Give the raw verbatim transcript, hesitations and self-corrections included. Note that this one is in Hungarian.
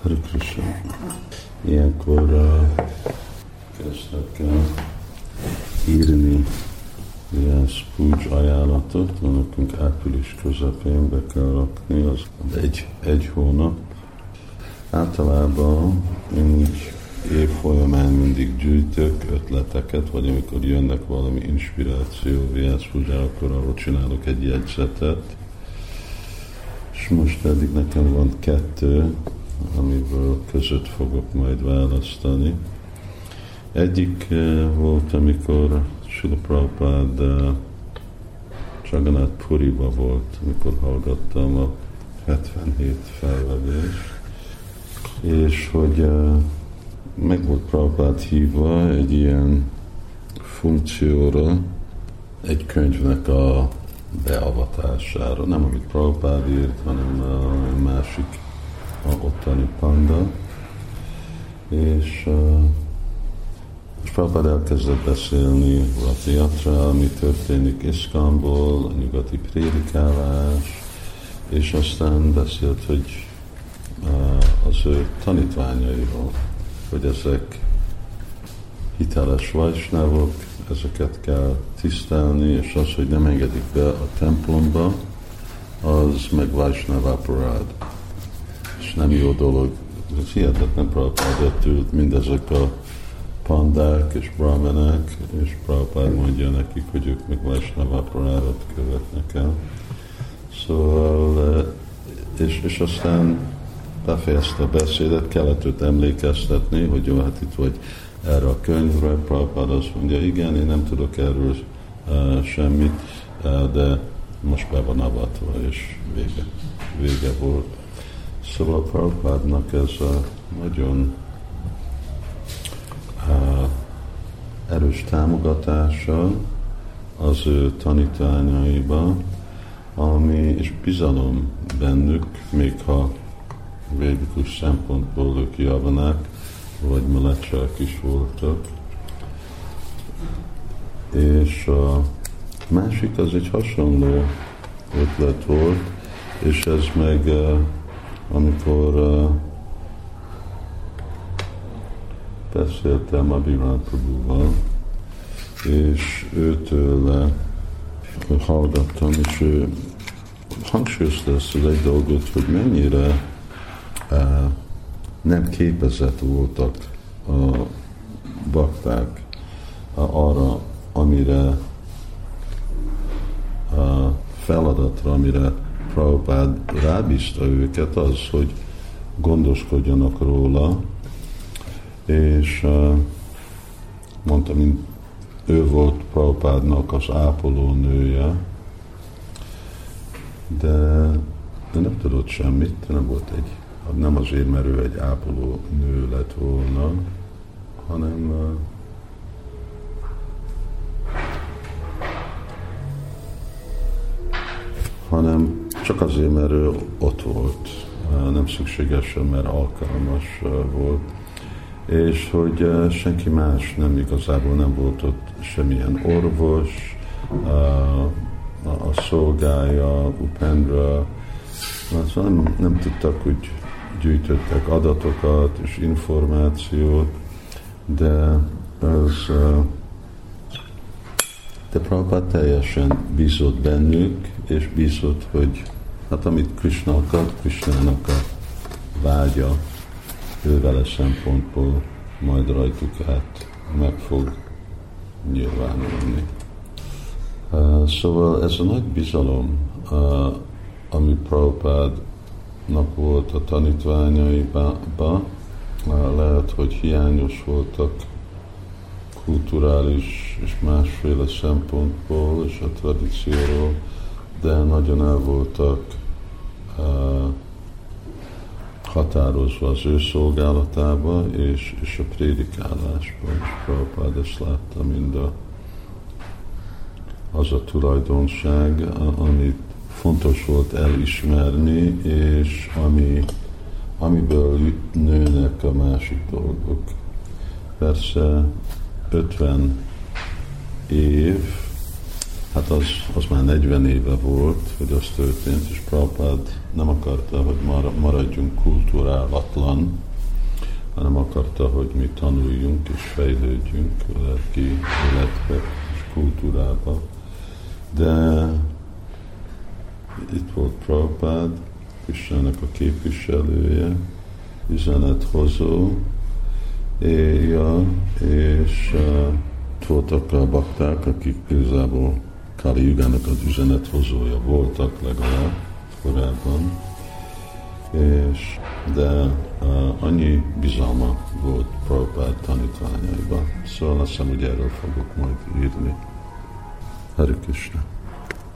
Hare Krishna. Ilyenkor uh, kezdtek uh, írni ilyen spúcs ajánlatot, nekünk április közepén be kell rakni, az egy, egy hónap. Általában én úgy év folyamán mindig gyűjtök ötleteket, vagy amikor jönnek valami inspiráció, Vyászpúdzsára, akkor arról csinálok egy jegyzetet. És most eddig nekem van kettő, amiből között fogok majd választani. Egyik volt, amikor Srila Prabhupád Jagannath Puriba volt, amikor hallgattam a hetvenhét fejlevést, és hogy meg volt Prabhupád hívva egy ilyen funkcióra, egy könyvnek a beavatására, nem amit Prabhupád írt, hanem a másik a ottani panda, és uh, és Prabhupád elkezdett beszélni Ratha-jatra, ami történik Iszkánból, a nyugati prédikálás, és aztán beszélt, hogy uh, az ő tanítványairól, hogy ezek hiteles vajsnávok, ezeket kell tisztelni, és az, hogy nem engedik be a templomba, az meg vajsnáv aparád. És nem jó dolog. Ez hihetetlen, Prabhupád ott ült mindezek a pandák és brahmanek, és Prabhupád mondja nekik, hogy ők meg vajsnáv aparádot követnek el. Szóval, és, és aztán befejezte a beszédet, kellett őt emlékeztetni, hogy jó, hát itt vagy erre a könyvre. Prabhupád azt mondja, igen, én nem tudok erről uh, semmit, uh, de most be van avatva, és vége, vége volt. Szóval Prabhupádnak ez a nagyon uh, erős támogatása az ő tanítványaiba, ami és bizalom bennük, még ha védikus szempontból ők javanák, vagy melecsák is voltak. És a másik az egy hasonló ötlet volt, és ez meg amikor beszéltem Abhirán Prabhuval, és őtől hallgattam, és ő hangsúlyozta ezt az egy dolgot, hogy mennyire nem képezett voltak a bakták arra, amire a feladatra, amire Prabhupád rábízta őket, az, hogy gondoskodjanak róla, és mondta, mint ő volt Prabhupádnak az ápoló nője, de, de nem tudott semmit, nem volt egy, nem azért, mert ő egy ápoló nő lett volna, hanem hanem csak azért, mert ő ott volt, nem szükségesen, mert alkalmas volt, és hogy senki más nem igazából nem volt ott, semmilyen orvos, a szolgája, Upendra, nem, nem tudtak, úgy gyűjtöttek adatokat és információt, de az de Prabhupád teljesen bízott bennük, és bízott, hogy hát amit Krishna akar, Krishnának a vágya, ő vele szempontból majd rajtuk át meg fog nyilvánulni. Uh, szóval ez a nagy bizalom, uh, ami Prabhupádnak volt a tanítványaiba, uh, lehet, hogy hiányos voltak kulturális és másféle szempontból és a tradícióról, de nagyon el voltak uh, határozva az ő szolgálatába és, és a prédikálásba, és Prabhupád ezt látta mind a, az a tulajdonság, amit fontos volt elismerni, és ami, amiből nőnek a másik dolgok. Persze ötven év hát az, az már negyven éve volt, hogy az történt, és Prabhupád nem akarta, hogy maradjunk kulturálatlan, hanem akarta, hogy mi tanuljunk és fejlődjünk a lelki életbe és kultúrába. De itt volt Prabhupád, Krisnának a képviselője, üzenethozó, éja, és uh, voltak a bakták, akik igazából Kali Jugának az üzenethozója voltak legalább korábban, és de uh, annyi bizalma volt Prabhupád tanítványaiban. Szóval azt hiszem, hogy erről fogok majd írni. Hare Krishna.